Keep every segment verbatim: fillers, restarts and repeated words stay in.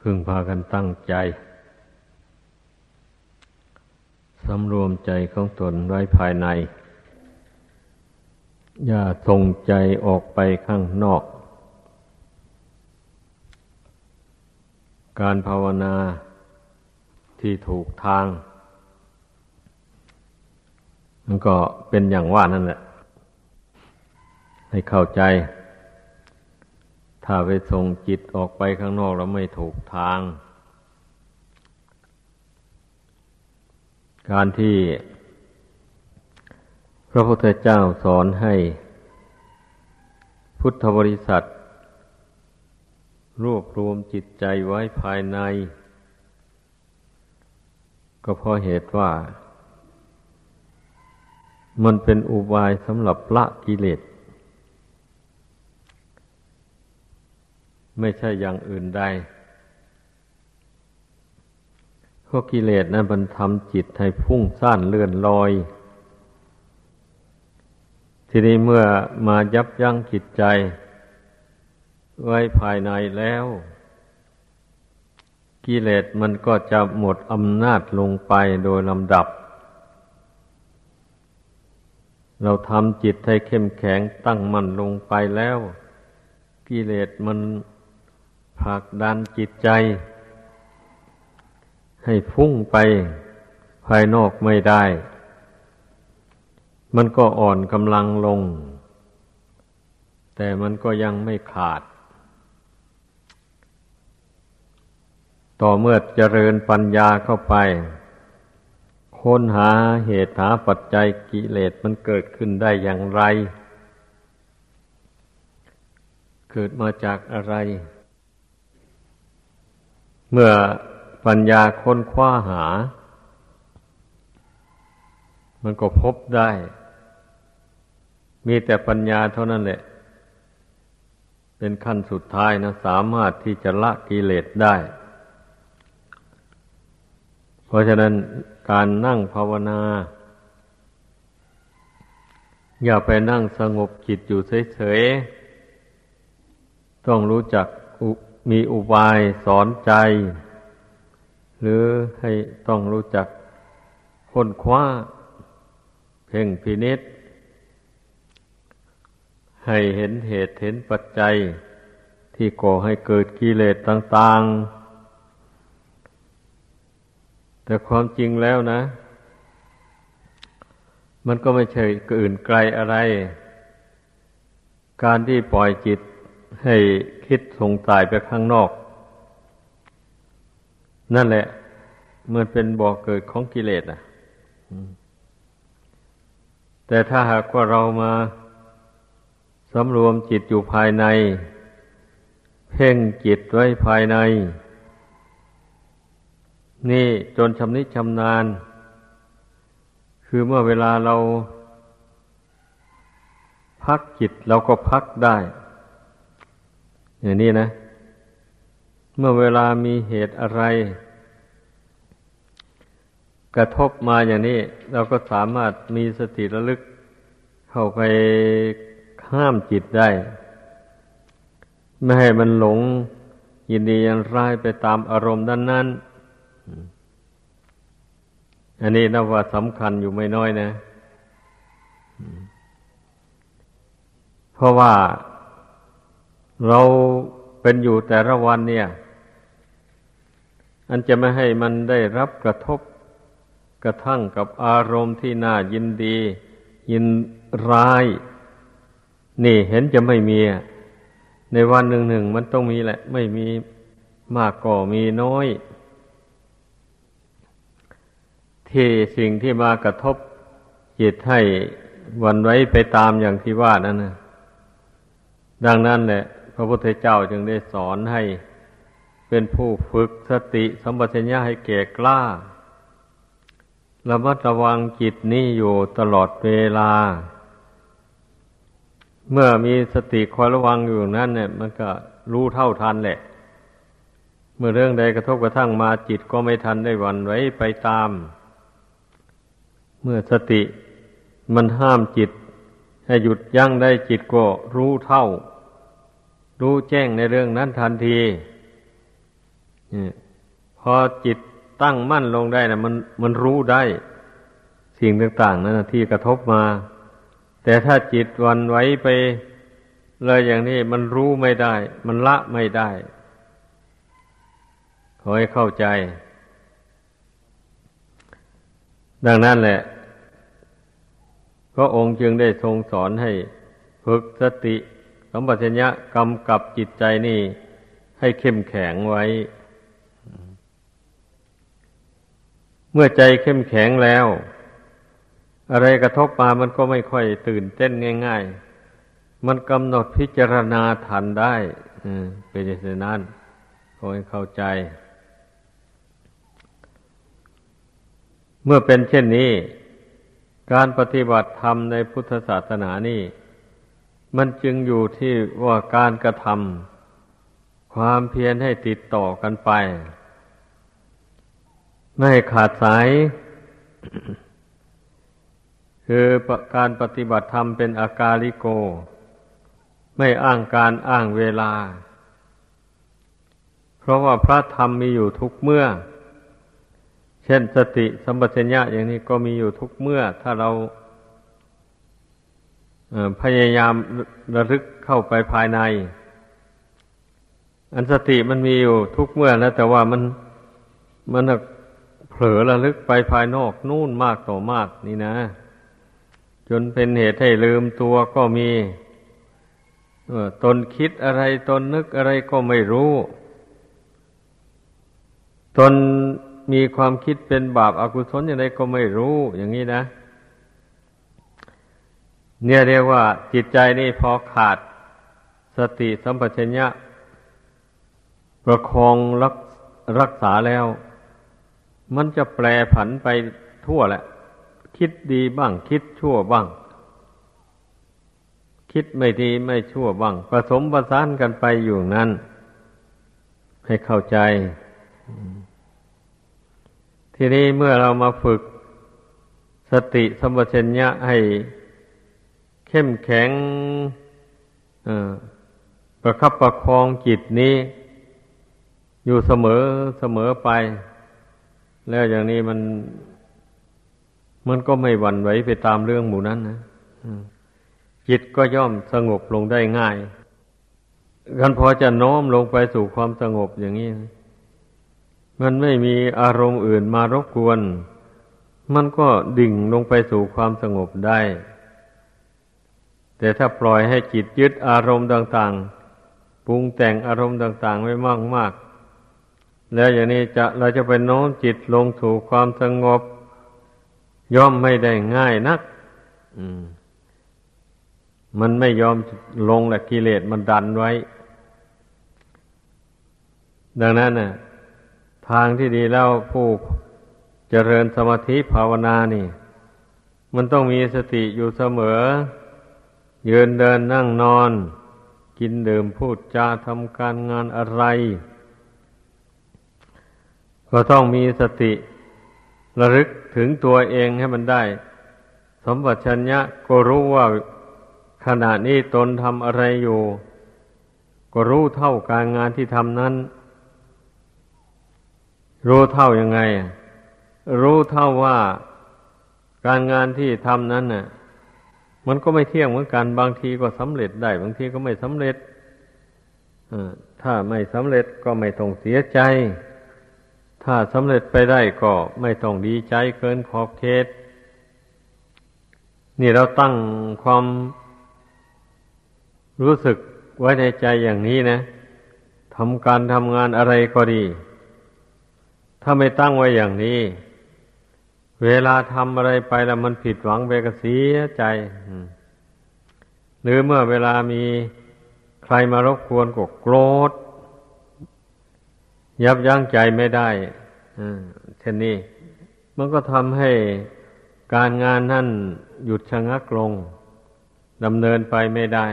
พึงพากันตั้งใจสำรวมใจของตนไว้ภายในอย่าส่งใจออกไปข้างนอกการภาวนาที่ถูกทางมันก็เป็นอย่างว่านั่นแหละให้เข้าใจถ้าไปส่งจิตออกไปข้างนอกแล้วไม่ถูกทางการที่พระพุทธเจ้าสอนให้พุทธบริษัทรวบรวมจิตใจไว้ภายในก็เพราะเหตุว่ามันเป็นอุบายสำหรับละกิเลสไม่ใช่อย่างอื่นใดเพราะกิเลสนั้นมันทำจิตให้พุ่งซ่านเลื่อนลอยทีนี้เมื่อมายับยั้งจิตใจไว้ภายในแล้วกิเลสมันก็จะหมดอำนาจลงไปโดยลำดับเราทำจิตให้เข้มแข็งตั้งมั่นลงไปแล้วกิเลสมันผลักดันจิตใจให้ฟุ้งไปภายนอกไม่ได้มันก็อ่อนกำลังลงแต่มันก็ยังไม่ขาดต่อเมื่อเจริญปัญญาเข้าไปค้นหาเหตุหาปัจจัยกิเลสมันเกิดขึ้นได้อย่างไรเกิดมาจากอะไรเมื่อปัญญาค้นคว้าหามันก็พบได้มีแต่ปัญญาเท่านั้นแหละเป็นขั้นสุดท้ายนะสามารถที่จะละกิเลสได้เพราะฉะนั้นการนั่งภาวนาอย่าไปนั่งสงบจิตอยู่เฉยๆต้องรู้จักมีอุบายสอนใจหรือให้ต้องรู้จักค้นคว้าเพ่งพินิจให้เห็นเหตุเห็นปัจจัยที่ก่อให้เกิดกิเลสต่างๆแต่ความจริงแล้วนะมันก็ไม่ใช่อื่นไกลอะไรการที่ปล่อยจิตให้คิดส่งสายไปข้างนอกนั่นแหละมันเป็นบ่อเกิดของกิเลสอ่ะแต่ถ้าหากว่าเรามาสำรวมจิตอยู่ภายในเพ่งจิตไว้ภายในนี่จนชำนิชำนาญคือเมื่อเวลาเราพักจิตเราก็พักได้อย่างนี้นะเมื่อเวลามีเหตุอะไรกระทบมาอย่างนี้เราก็สามารถมีสติระลึกเข้าไปห้ามจิตได้ไม่ให้มันหลงยินดียินร้ายไปตามอารมณ์ด้านนั้นอันนี้นับว่าสำคัญอยู่ไม่น้อยนะเพราะว่าเราเป็นอยู่แต่ละวันเนี่ยอันจะไม่ให้มันได้รับกระทบกระทั่งกับอารมณ์ที่น่ายินดียินร้ายนี่เห็นจะไม่มีในวันหนึ่งหนึ่งมันต้องมีแหละไม่มีมากก็มีน้อยที่สิ่งที่มากระทบจิตให้หวั่นไหวไปตามอย่างที่ว่านั่นนะดังนั้นแหละพระพุทธเจ้าจึงได้สอนให้เป็นผู้ฝึกสติสัมปชัญญะให้แก่กล้าระมัดระวังจิตนี้อยู่ตลอดเวลาเมื่อมีสติคอยระวังอยู่นั้นเนี่ยมันก็รู้เท่าทันแหละเมื่อเรื่องใดกระทบกระทั่งมาจิตก็ไม่ทันได้หวั่นไหวไปตามเมื่อสติมันห้ามจิตให้หยุดยั้งได้จิตก็รู้เท่ารู้แจ้งในเรื่องนั้นทันทีเนี่ยพอจิตตั้งมั่นลงได้นะมันมันรู้ได้สิ่งต่างๆนั้นนะที่กระทบมา แต่ถ้าจิตหวั่นไหวไปเลยอย่างนี้มันรู้ไม่ได้มันละไม่ได้ขอให้เข้าใจดังนั้นแหละพระองค์จึงได้ทรงสอนให้ฝึกสติสัมปชัญญะกำกับจิตใจนี่ให้เข้มแข็งไว้เมื่อใจเข้มแข็งแล้วอะไรกระทบมามันก็ไม่ค่อยตื่นเต้นง่ายๆมันกำหนดพิจารณาทันได้เป็นอย่างนั้นขอให้เข้าใจเมื่อเป็นเช่นนี้การปฏิบัติธรรมในพุทธศาสนานี่มันจึงอยู่ที่ว่าการกระทำความเพียรให้ติดต่อกันไปไม่ให้ขาดสาย คือการปฏิบัติธรรมเป็นอากาลิโกไม่อ้างการอ้างเวลาเพราะว่าพระธรรมมีอยู่ทุกเมื่อเช่นสติสัมปชัญญะอย่างนี้ก็มีอยู่ทุกเมื่อถ้าเราพยายามระลึกเข้าไปภายในอันสติมันมีอยู่ทุกเมื่อแล้วแต่ว่ามันมันเผลอระลึกไปภายนอกนู่นมากต่อมากนี่นะจนเป็นเหตุให้ลืมตัวก็มีตนคิดอะไรตนนึกอะไรก็ไม่รู้ตนมีความคิดเป็นบาปอกุศลอย่างไรก็ไม่รู้อย่างนี้นะเนี่ยเรียกว่าจิตใจนี่พอขาดสติสัมปชัญญะประคองรักรักษาแล้วมันจะแปรผันไปทั่วแหละคิดดีบ้างคิดชั่วบ้างคิดไม่ดีไม่ชั่วบ้างผสมผสานกันไปอยู่นั้นให้เข้าใจทีนี้เมื่อเรามาฝึกสติสัมปชัญญะให้เข้มแข็งประคับประคองจิตนี้อยู่เสมอเสมอไปแล้วอย่างนี้มันมันก็ไม่หวั่นไหวไปตามเรื่องหมู่นั้นนะจิตก็ย่อมสงบลงได้ง่ายกันพอจะโน้มลงไปสู่ความสงบอย่างนี้มันไม่มีอารมณ์อื่นมารบกวนมันก็ดิ่งลงไปสู่ความสงบได้แต่ถ้าปล่อยให้จิตยึดอารมณ์ต่างๆปรุงแต่งอารมณ์ต่างๆไว้มากๆแล้วอย่างนี้จะเราจะไปโน้มจิตลงสู่ความสงบย่อมไม่ได้ง่ายนักมันไม่ยอมลงแหละกิเลสมันดันไว้ดังนั้นน่ะทางที่ดีแล้วผู้เจริญสมาธิภาวนานี่มันต้องมีสติอยู่เสมอยืนเดินนั่งนอนกินดื่มพูดจาทำการงานอะไรก็ต้องมีสติระลึกถึงตัวเองให้มันได้สัมปชัญญะก็รู้ว่าขณะนี้ตนทำอะไรอยู่ก็รู้เท่าการงานที่ทำนั้นรู้เท่ายังไงรู้เท่าว่าการงานที่ทำนั้นน่ะมันก็ไม่เที่ยงเหมือนกันบางทีก็สำเร็จได้บางทีก็ไม่สำเร็จถ้าไม่สำเร็จก็ไม่ต้องเสียใจถ้าสำเร็จไปได้ก็ไม่ต้องดีใจเกินขอบเขตนี่เราตั้งความรู้สึกไว้ในใจอย่างนี้นะทำการทำงานอะไรก็ดีถ้าไม่ตั้งไว้อย่างนี้เวลาทำอะไรไปแล้วมันผิดหวังไปก็เสียใจหรือเมื่อเวลามีใครมารบกวนก็โกรธยับยั้งใจไม่ได้เช่นนี้มันก็ทำให้การงานนั่นหยุดชะงักลงดำเนินไปไม่ได้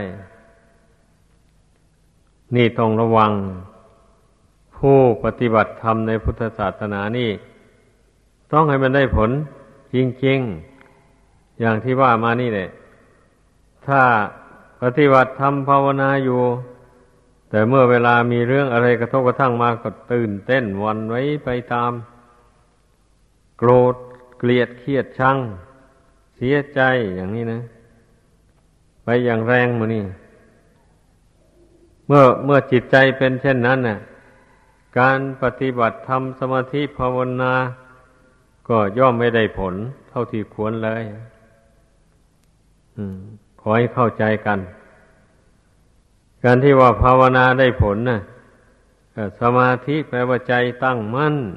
นี่ต้องระวังผู้ปฏิบัติธรรมในพุทธศาสนานี่ต้องให้มันได้ผลจริงๆอย่างที่ว่ามานี่แหละถ้าปฏิบัติธรรมภาวนาอยู่แต่เมื่อเวลามีเรื่องอะไรกระทบกระทั่งมาก็ตื่นเต้นหวั่นไหวไปตามโกรธเกลียดเครียดชังเสียใจอย่างนี้นะไปอย่างแรงมานี่เมื่อเมื่อจิตใจเป็นเช่นนั้นน่ะการปฏิบัติธรรมสมาธิภาวนาก็ย่อมไม่ได้ผลเท่าที่ควรเลยขอให้เข้าใจกันการที่ว่าภาวนาได้ผลน่ะสมาธิแปลว่าใจตั้งมั่น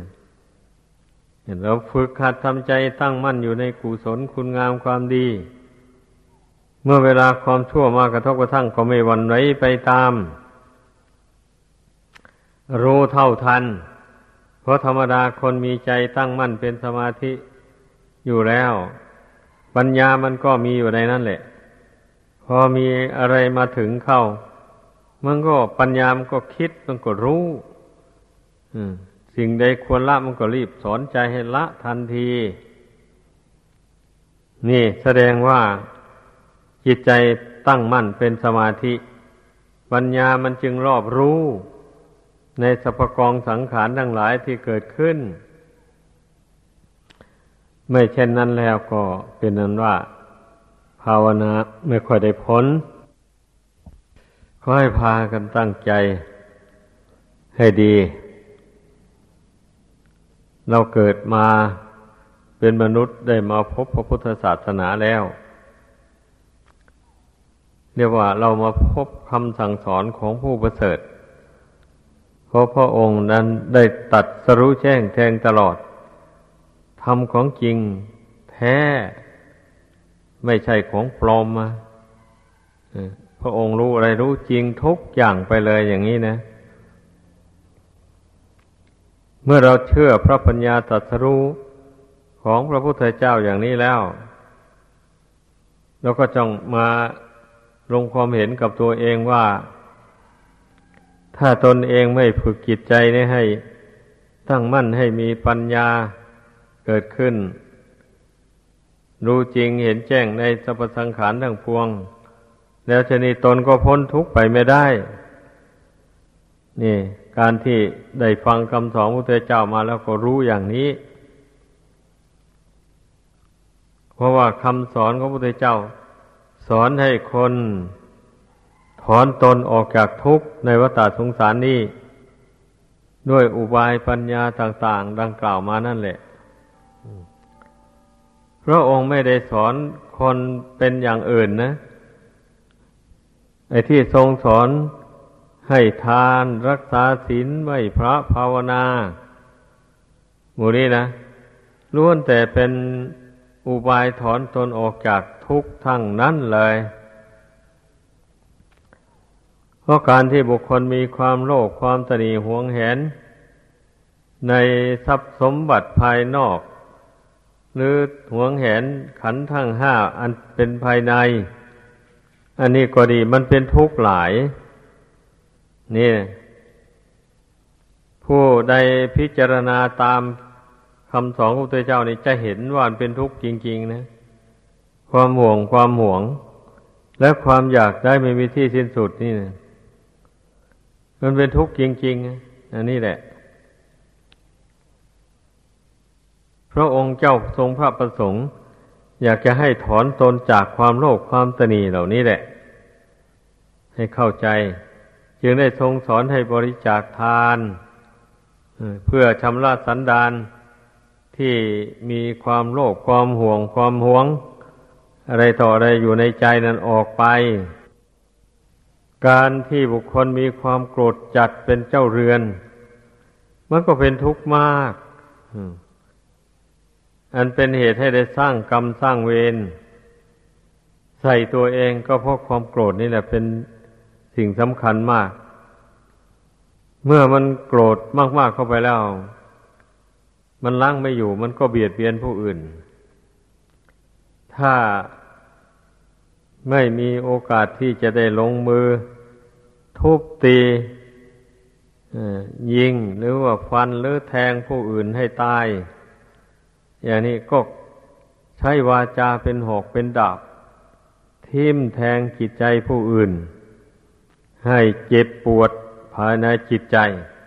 เราฝึกหัดทำใจตั้งมั่นอยู่ในกุศลคุณงามความดีเมื่อเวลาความชั่วมากระทบกระทั่งก็ไม่หวั่นไหวไปตามรู้เท่าทันเพราะธรรมดาคนมีใจตั้งมั่นเป็นสมาธิอยู่แล้วปัญญามันก็มีอยู่ในนั้นแหละพอมีอะไรมาถึงเข้ามันก็ปัญญามันก็คิดมันก็รู้สิ่งใดควรละมันก็รีบสอนใจให้ละทันทีนี่แสดงว่าจิตใจตั้งมั่นเป็นสมาธิปัญญามันจึงรอบรู้ในสรรพกองสังขารทั้งหลายที่เกิดขึ้นไม่เช่นนั้นแล้วก็เป็นนั้นว่าภาวนาไม่ค่อยได้ผลขอให้พากันตั้งใจให้ดีเราเกิดมาเป็นมนุษย์ได้มาพบพระพุทธศาสนาแล้วเรียกว่าเรามาพบคำสั่งสอนของผู้ประเสริฐเพราะพระองค์นั้นได้ตรัสรู้แจ้งแทงตลอดธรรมของจริงแท้ไม่ใช่ของปลอมมาพระองค์รู้อะไรรู้จริงทุกอย่างไปเลยอย่างนี้นะเมื่อเราเชื่อพระปัญญาตรัสรู้ของพระพุทธเจ้าอย่างนี้แล้วเราก็จงมาลงความเห็นกับตัวเองว่าถ้าตนเองไม่ฝึกจิตใจนี้ให้ตั้งมั่นให้มีปัญญาเกิดขึ้นรู้จริงเห็นแจ้งในสรรพสังขารทั้งปวงแล้วชนิดตนก็พ้นทุกข์ไปไม่ได้นี่การที่ได้ฟังคำสอนพระพุทธเจ้ามาแล้วก็รู้อย่างนี้เพราะว่าคำสอนของพระพุทธเจ้าสอนให้คนถอนตนออกจากทุกข์ในวัฏสงสารนี้ด้วยอุบายปัญญาต่างๆดังกล่าวมานั่นแหละพระองค์ไม่ได้สอนคนเป็นอย่างอื่นนะไอ้ที่ทรงสอนให้ทานรักษาศีลไหว้พระภาวนาหมู่นี้นะล้วนแต่เป็นอุบายถอนตนออกจากทุกข์ทั้งนั้นเลยเพราะการที่บุคคลมีความโลภความตนีหวงแหนในทรัพย์สมบัติภายนอกหรือหวงแหนขันธ์ทั้งห้าอันเป็นภายในอันนี้ก็ดีมันเป็นทุกข์หลายนี่ผู้ใดพิจารณาตามคำสอนของพระพุทธเจ้านี่จะเห็นว่ามันเป็นทุกข์จริงๆนะความห่วงความหวงและความอยากได้ไม่มีที่สิ้นสุดนี่นะมันเป็นทุกข์จริงๆอันนี้แหละพระองค์เจ้าทรงพระประสงค์อยากจะให้ถอนตนจากความโลภความตนีเหล่านี้แหละให้เข้าใจจึงได้ทรงสอนให้บริจาคทานเพื่อชำระสันดานที่มีความโลภความห่วงความหวงอะไรต่ออะไรอยู่ในใจนั้นออกไปการที่บุคคลมีความโกรธจัดเป็นเจ้าเรือนมันก็เป็นทุกข์มากอันเป็นเหตุให้ได้สร้างกรรมสร้างเวรใส่ตัวเองก็เพราะความโกรธนี่แหละเป็นสิ่งสำคัญมากเมื่อมันโกรธมากๆเข้าไปแล้วมันลั้งไม่อยู่มันก็เบียดเบียนผู้อื่นถ้าไม่มีโอกาสที่จะได้ลงมือทุบตียิงหรือว่าฟันหรือแทงผู้อื่นให้ตายอย่างนี้ก็ใช้วาจาเป็นหอกเป็นดาบทิ่มแทงจิตใจผู้อื่นใให้เจ็บปวดภายในจิตใจ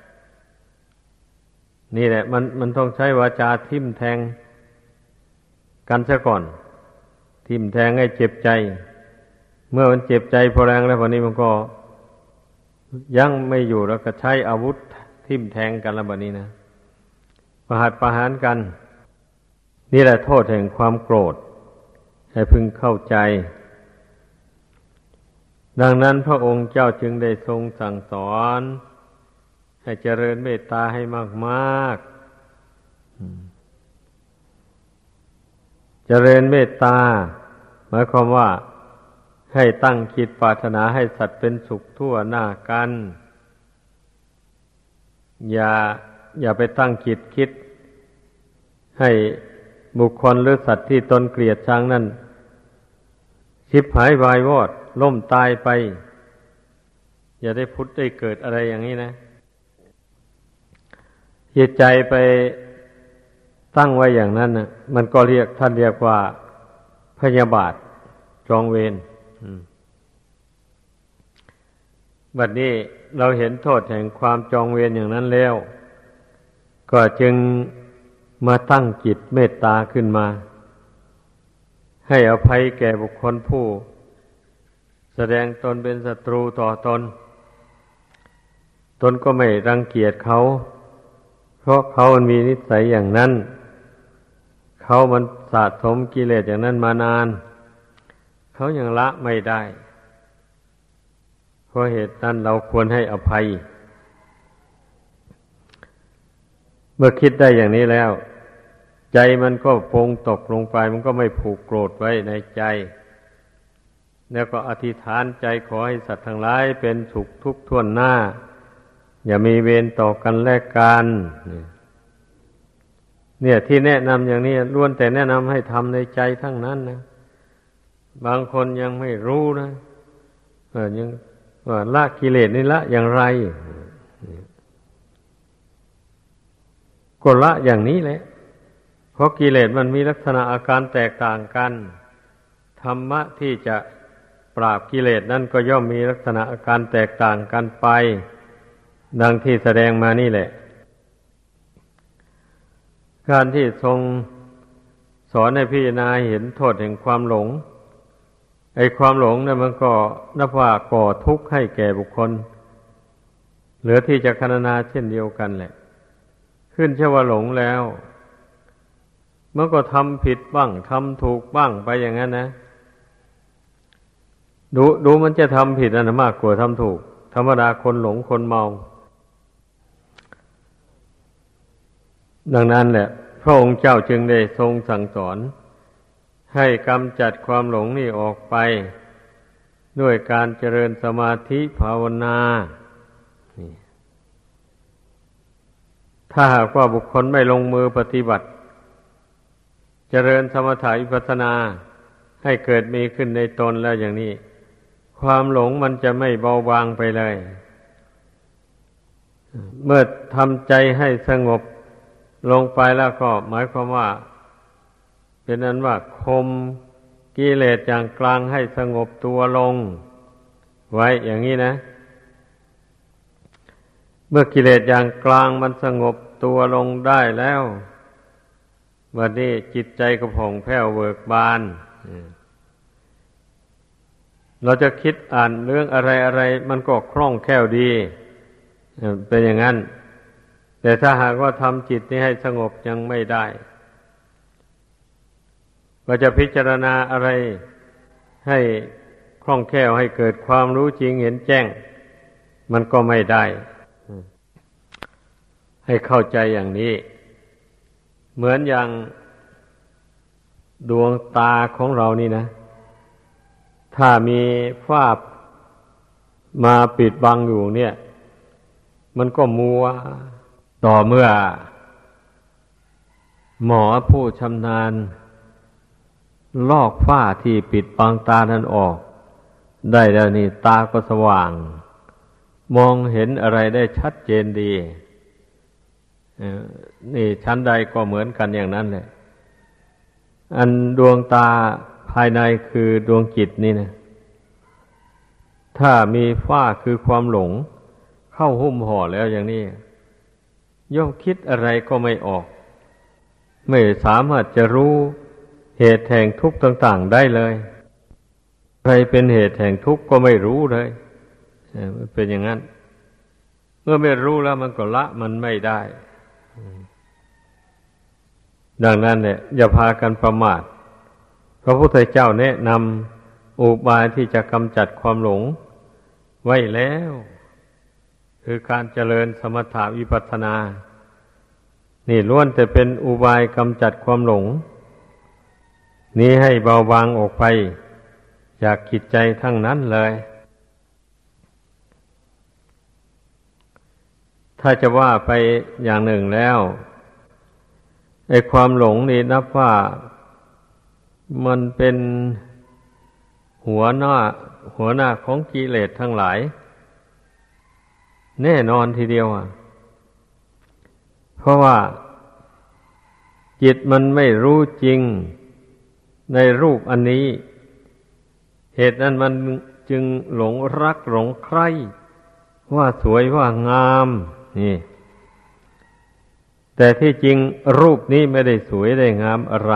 นี่แหละมันมันต้องใช้วาจาทิ่มแทงกันซะก่อนทิ่มแทงให้เจ็บใจเมื่อมันเจ็บใจพอแรงแล้วพอนี้มันก็ยังไม่อยู่แล้วก็ใช้อาวุธทิ่มแทงกันแล้วแบบนี้นะประหัตประหารกันนี่แหละโทษแห่งความโกรธให้พึงเข้าใจดังนั้นพระองค์เจ้าจึงได้ทรงสั่งสอนให้เจริญเมตตาให้มากๆเจริญเมตตาหมายความว่าให้ตั้งคิดปรารถนาให้สัตว์เป็นสุขทั่วหน้ากันอย่าอย่าไปตั้งคิดคิดให้บุคคลหรือสัตว์ที่ตนเกลียดชังนั่นชิบหายวายวอดล่มตายไปอย่าได้พุทธได้เกิดอะไรอย่างนี้นะจิตใจไปตั้งไว้อย่างนั้นนะมันก็เรียกท่านเรียกว่าพยาบาทจองเวรบัดนี้เราเห็นโทษแห่งความจองเวรอย่างนั้นแล้วก็จึงมาตั้งจิตเมตตาขึ้นมาให้อภัยแก่บุคคลผู้แสดงตนเป็นศัตรูต่อตนตนก็ไม่รังเกียจเขาเพราะเขามันมีนิสัยอย่างนั้นเขามันสะสมกิเลสอย่างนั้นมานานเขายังละไม่ได้เพราะเหตุนั้นเราควรให้อภัยเมื่อคิดได้อย่างนี้แล้วใจมันก็ปรงตกลงไปมันก็ไม่ผูกโกรธไว้ในใจแล้วก็อธิษฐานใจขอให้สัตว์ทั้งหลายเป็นสุขทุกข์ทั่วหน้าอย่ามีเวรต่อกันและกันเนี่ยที่แนะนำอย่างนี้ล้วนแต่แนะนำให้ทำในใจทั้งนั้นนะบางคนยังไม่รู้นะเออยังว่าละกิเลสนี่ละอย่างไรก็ละอย่างนี้แหละเพราะกิเลสมันมีลักษณะอาการแตกต่างกันธรรมะที่จะปราบกิเลสนั่นก็ย่อมมีลักษณะอาการแตกต่างกันไปดังที่แสดงมานี่แหละการที่ทรงสอนให้พิจารณาเห็นโทษแห่งความหลงไอ้ความหลงเนี่ยมันก็นับว่าก่อทุกข์ให้แก่บุคคลเหลือที่จะครรณนาเช่นเดียวกันแหละขึ้นเชื่อว่าหลงแล้วเมื่อก็ทำผิดบ้างทำถูกบ้างไปอย่างนั้นนะดูดูมันจะทำผิดอันมากกว่าทำถูกธรรมดาคนหลงคนเมาดังนั้นแหละพระองค์เจ้าจึงได้ทรงสั่งสอนให้กำจัดความหลงนี่ออกไปด้วยการเจริญสมาธิภาวนาถ้าหากว่าบุคคลไม่ลงมือปฏิบัติเจริญสมถะวิปัสสนาให้เกิดมีขึ้นในตนแล้วอย่างนี้ความหลงมันจะไม่เบาบางไปเลยเมื่อทำใจให้สงบลงไปแล้วก็หมายความว่าเป็นนั้นว่าคมกิเลสอย่างกลางให้สงบตัวลงไว้อย่างนี้นะเมื่อกิเลสอย่างกลางมันสงบตัวลงได้แล้ววันนี้จิตใจก็ผ่องแผ้วเบิกบานเราจะคิดอ่านเรื่องอะไรอะไรมันก็คล่องแคล่วดีเป็นอย่างนั้นแต่ถ้าหากว่าทำจิตนี้ให้สงบยังไม่ได้ก็จะพิจารณาอะไรให้คล่องแคล่วให้เกิดความรู้จริงเห็นแจ้งมันก็ไม่ได้ให้เข้าใจอย่างนี้เหมือนอย่างดวงตาของเรานี่นะถ้ามีฝ้ามาปิดบังอยู่เนี่ยมันก็มัวต่อเมื่อหมอผู้ชำนาญลอกฝ้าที่ปิดบังตานั้นออกได้แล้วนี่ตาก็สว่างมองเห็นอะไรได้ชัดเจนดีนี่ชั้นใดก็เหมือนกันอย่างนั้นแหละอันดวงตาภายในคือดวงจิตนี่นะถ้ามีฝ้าคือความหลงเข้าหุ้มห่อแล้วอย่างนี้ย่อมคิดอะไรก็ไม่ออกไม่สามารถจะรู้เหตุแห่งทุกข์ต่างๆได้เลยอะไรเป็นเหตุแห่งทุกข์ก็ไม่รู้เลยมันเป็นอย่างนั้นเมื่อไม่รู้แล้วมันก็ละมันไม่ได้ดังนั้นเนี่ยอย่าพากันประมาทพระพุทธเจ้าแนะนำอุบายที่จะกำจัดความหลงไว้แล้วคือการเจริญสมถะวิปัสสนานี่ล้วนแต่เป็นอุบายกำจัดความหลงนี้ให้เบาบางออกไปจากจิตใจทั้งนั้นเลยถ้าจะว่าไปอย่างหนึ่งแล้วไอ้ความหลงนี่นับว่ามันเป็นหัวหน้าหัวหน้าของกิเลสทั้งหลายแน่นอนทีเดียวอ่ะเพราะว่าจิตมันไม่รู้จริงในรูปอันนี้เหตุนั้นมันจึงหลงรักหลงใคร่ว่าสวยว่างามนี่แต่ที่จริงรูปนี้ไม่ได้สวยได้งามอะไร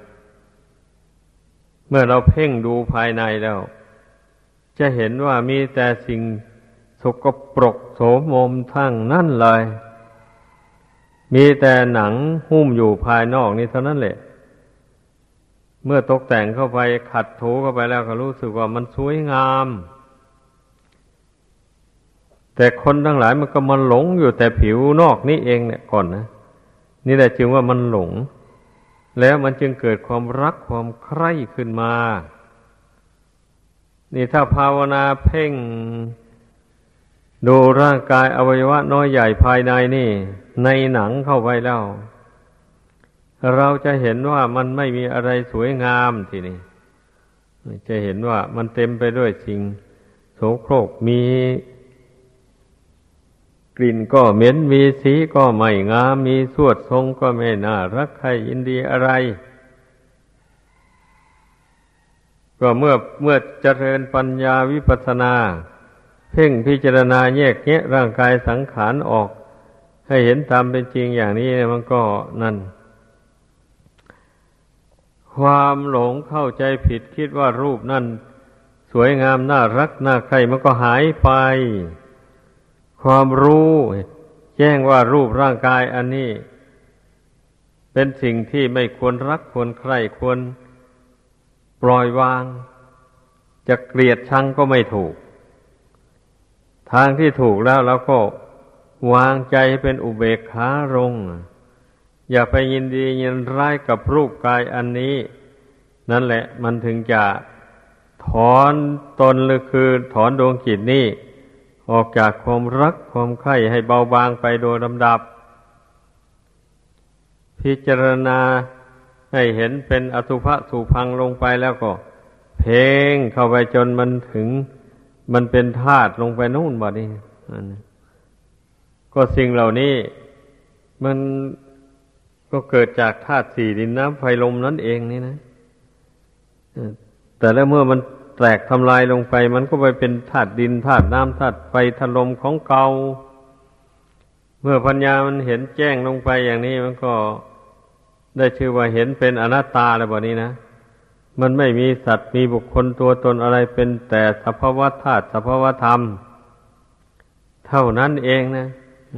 เมื่อเราเพ่งดูภายในแล้วจะเห็นว่ามีแต่สิ่งสกปรกโสมมทั้งนั่นเลยมีแต่หนังหุ้มอยู่ภายนอกนี่เท่านั้นแหละเมื่อตกแต่งเข้าไปขัดถูเข้าไปแล้วก็รู้สึกว่ามันสวยงามแต่คนทั้งหลายมันก็มันหลงอยู่แต่ผิวนอกนี่เองเนี่ยก่อนนะนี่แหละจึงว่ามันหลงแล้วมันจึงเกิดความรักความใคร่ขึ้นมานี่ถ้าภาวนาเพ่งดูร่างกายอวัยวะน้อยใหญ่ภายในนี่ในหนังเข้าไปแล้วเราจะเห็นว่ามันไม่มีอะไรสวยงามทีนี้จะเห็นว่ามันเต็มไปด้วยสิ่งโสโครกมีกลิ่นก็เหม็นมีสีก็ไม่งามมีสวดทรงก็ไม่น่ารักใครยินดีอะไรก็เมื่อเมื่อเจริญปัญญาวิปัสสนาเพ่งพิจารณาแยกแยะร่างกายสังขารออกให้เห็นตามเป็นจริงอย่างนี้มันก็นั่นความหลงเข้าใจผิดคิดว่ารูปนั่นสวยงามน่ารักน่าใครมันก็หายไปความรู้แจ้งว่ารูปร่างกายอันนี้เป็นสิ่งที่ไม่ควรรักควรใคร่ควรปล่อยวางจะเกลียดชังก็ไม่ถูกทางที่ถูกแล้วเราก็วางใจให้เป็นอุเบกขาลงอย่าไปยินดียินร้ายกับรูปกายอันนี้นั่นแหละมันถึงจะถอนตนหรือคือถอนดวงจิตนี้ออกจากความรักความใคร่ให้เบาบางไปโดยลำดับพิจารณาให้เห็นเป็นอสุภะสุภังลงไปแล้วก็เพ่งเข้าไปจนมันถึงมันเป็นธาตุลงไปนู่นบ่นี่ก็สิ่งเหล่านี้มันก็เกิดจากธาตุสี่ดินน้ำไฟลมนั่นเองนี่นะแต่แล้วเมื่อมันแตกทำลายลงไปมันก็ไปเป็นธาตุดินธาตุน้ำธาตุไฟธาตุลมของเก่าเมื่อปัญญามันเห็นแจ้งลงไปอย่างนี้มันก็ได้ชื่อว่าเห็นเป็นอนัตตาแล้วบ่นี้นะมันไม่มีสัตว์มีบุคคลตัวตนอะไรเป็นแต่สภาวะธาตุสภาวะธรรมเท่านั้นเองนะ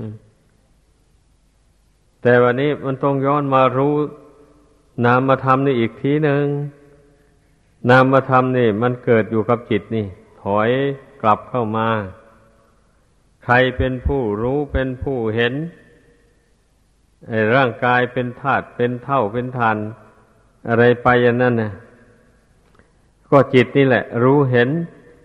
แต่วันนี้มันต้องย้อนมารู้นามธรรมนี่อีกทีหนึ่งนามธรรมนี่มันเกิดอยู่กับจิตนี่ถอยกลับเข้ามาใครเป็นผู้รู้เป็นผู้เห็นไอ้ร่างกายเป็นธาตุเป็นเท่าเป็นฐานอะไรไปอย่างนั้นนะก็จิตนี่แหละรู้เห็น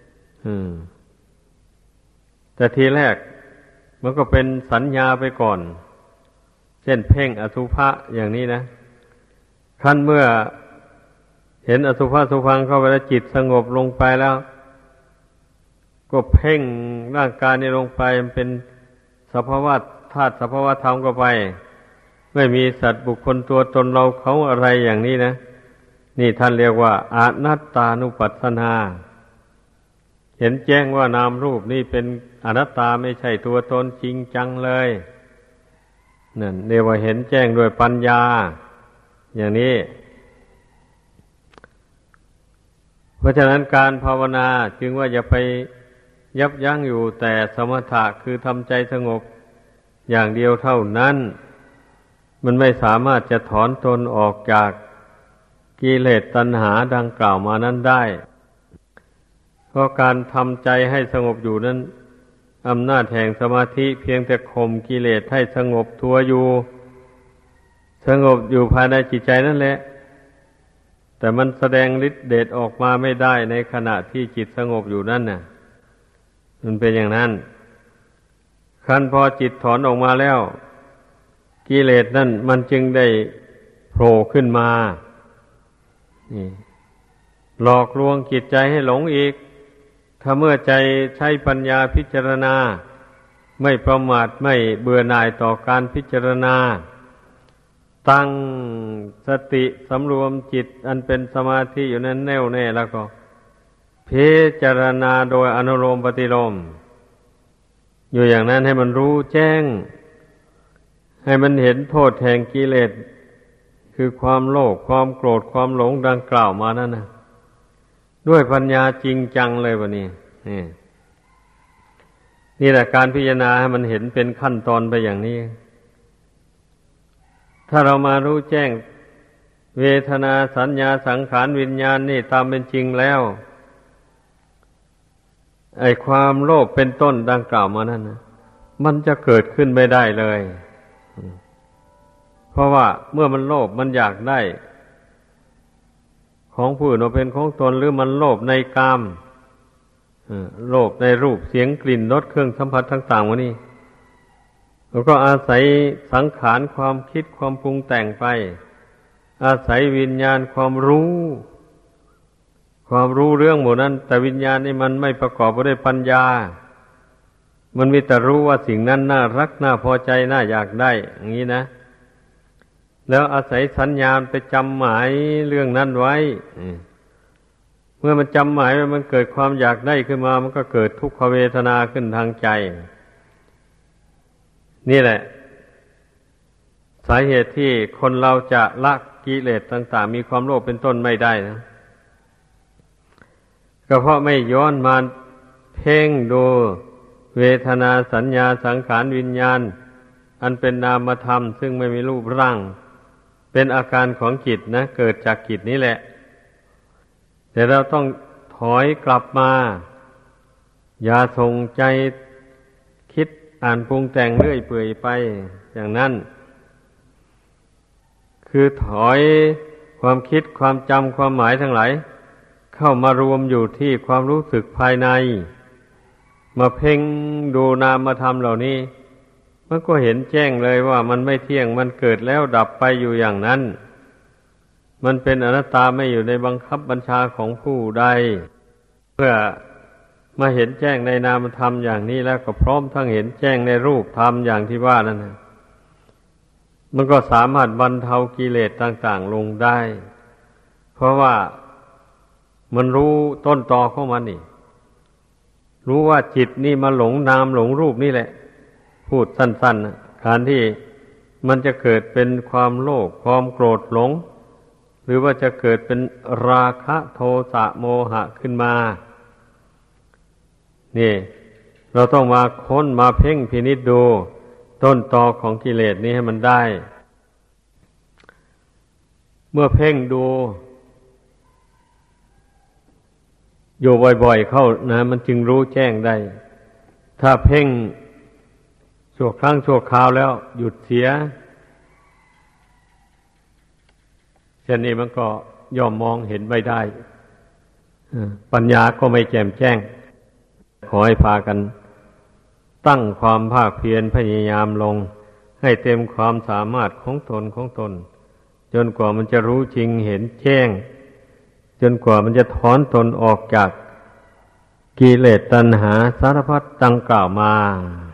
แต่ทีแรกมันก็เป็นสัญญาไปก่อนเช่นเพ่งอสุภะอย่างนี้นะขั้นเมื่อเห็นอสุภะสุภังเข้าไปแล้วจิตสงบลงไปแล้วก็เพ่งร่างกายนี้ลงไปมันเป็นสภาวะธาตุสภาวะธรรมก็ไปไม่มีสัตว์บุคคลตัวตนเราเขาอะไรอย่างนี้นะนี่ท่านเรียกว่าอนัตตานุปัสสนาเห็นแจ้งว่านามรูปนี่เป็นอนัตตาไม่ใช่ตัวตนจริงจังเลยนั่นเรียกว่าเห็นแจ้งด้วยปัญญาอย่างนี้เพราะฉะนั้นการภาวนาจึงว่าอย่าไปยับยั้งอยู่แต่สมถะคือทำใจสงบอย่างเดียวเท่านั้นมันไม่สามารถจะถอนตนออกจากกิเลสตัณหาดังกล่าวมานั้นได้เพราะการทำใจให้สงบอยู่นั้นอำนาจแห่งสมาธิเพียงแต่ข่มกิเลสให้สงบตัวอยู่สงบอยู่ภายในจิตใจนั่นแหละแต่มันแสดงฤทธิ์เดชออกมาไม่ได้ในขณะที่จิตสงบอยู่นั่นน่ะมันเป็นอย่างนั้นคันพอจิตถอนออกมาแล้วกิเลสนั่นมันจึงได้โผล่ขึ้นมานี่หลอกลวงจิตใจให้หลงอีกถ้าเมื่อใจใช้ปัญญาพิจารณาไม่ประมาทไม่เบื่อหน่ายต่อการพิจารณาตั้งสติสำรวมจิตอันเป็นสมาธิอยู่นั้นแน่วแน่แล้วก็พิจารณาโดยอนุโลมปฏิโลมอยู่อย่างนั้นให้มันรู้แจ้งให้มันเห็นโทษแห่งกิเลสคือความโลภความโกรธความหลงดังกล่าวมานั่นนะด้วยปัญญาจริงจังเลยวะนี่นี่นี่แหละการพิจารณาให้มันเห็นเป็นขั้นตอนไปอย่างนี้ถ้าเรามารู้แจ้งเวทนาสัญญาสังขารวิญญาณนี่ตามเป็นจริงแล้วไอ้ความโลภเป็นต้นดังกล่าวมานั่นนะมันจะเกิดขึ้นไม่ได้เลยเพราะว่าเมื่อมันโลภมันอยากได้ของผู้อื่นเป็นของตนหรือมันโลภในกามโลภในรูปเสียงกลิ่นรสเครื่องสัมผัสต่างๆวะนี่แล้วก็อาศัยสังขารความคิดความปรุงแต่งไปอาศัยวิญญาณความรู้ความรู้เรื่องหมดนั้นแต่วิญญาณนี่มันไม่ประกอบไปด้วยปัญญามันมีแต่รู้ว่าสิ่งนั้นน่ารักน่าพอใจน่าอยากได้อย่างนี้นะแล้วอาศัยสัญญาไปจำหมายเรื่องนั้นไว้เมื่อมันจำหมายมันเกิดความอยากได้ขึ้นมามันก็เกิดทุกขเวทนาขึ้นทางใจนี่แหละสาเหตุที่คนเราจะละกิเลสต่างๆมีความโลภเป็นต้นไม่ได้นะก็เพราะไม่ย้อนมาเพ่งดูเวทนาสัญญาสังขารวิญญาณอันเป็นนามธรรมซึ่งไม่มีรูปร่างเป็นอาการของจิตนะเกิดจากจิตนี้แหละแต่เราต้องถอยกลับมาอย่าส่งใจคิดอ่านปรุงแต่งเรื่อยเปื่อยไปอย่างนั้นคือถอยความคิดความจำความหมายทั้งหลายเข้ามารวมอยู่ที่ความรู้สึกภายในมาเพ่งดูนามธรรมเหล่านี้มันก็เห็นแจ้งเลยว่ามันไม่เที่ยงมันเกิดแล้วดับไปอยู่อย่างนั้นมันเป็นอนัตตาไม่อยู่ในบังคับบัญชาของผู้ใดเพื่อมาเห็นแจ้งในนามธรรมอย่างนี้แล้วก็พร้อมทั้งเห็นแจ้งในรูปธรรมอย่างที่ว่านั่นนะมันก็สามารถบรรเทากิเลสต่างๆลงได้เพราะว่ามันรู้ต้นตอของมันนี่รู้ว่าจิตนี่มาหลงนามหลงรูปนี่แหละพูดสั้นๆนะการที่มันจะเกิดเป็นความโลภความโกรธหลงหรือว่าจะเกิดเป็นราคะโทสะโมหะขึ้นมานี่เราต้องมาค้นมาเพ่งพินิจดูต้นตอของกิเลสนี้ให้มันได้เมื่อเพ่งดูอยู่บ่อยๆเข้านะมันจึงรู้แจ้งได้ถ้าเพ่งชั่วครั้งชั่วคราวแล้วหยุดเสียเช่นนี้มันก็ย่อมมองเห็นไม่ได้ปัญญาก็ไม่แจ่มแจ้งขอให้พากันตั้งความภาคเพียรพยายามลงให้เต็มความสามารถของตนของตนจนกว่ามันจะรู้จริงเห็นแจ้งจนกว่ามันจะถอนตนออกจากกิเลสตัณหาสารพัดดังกล่าวมา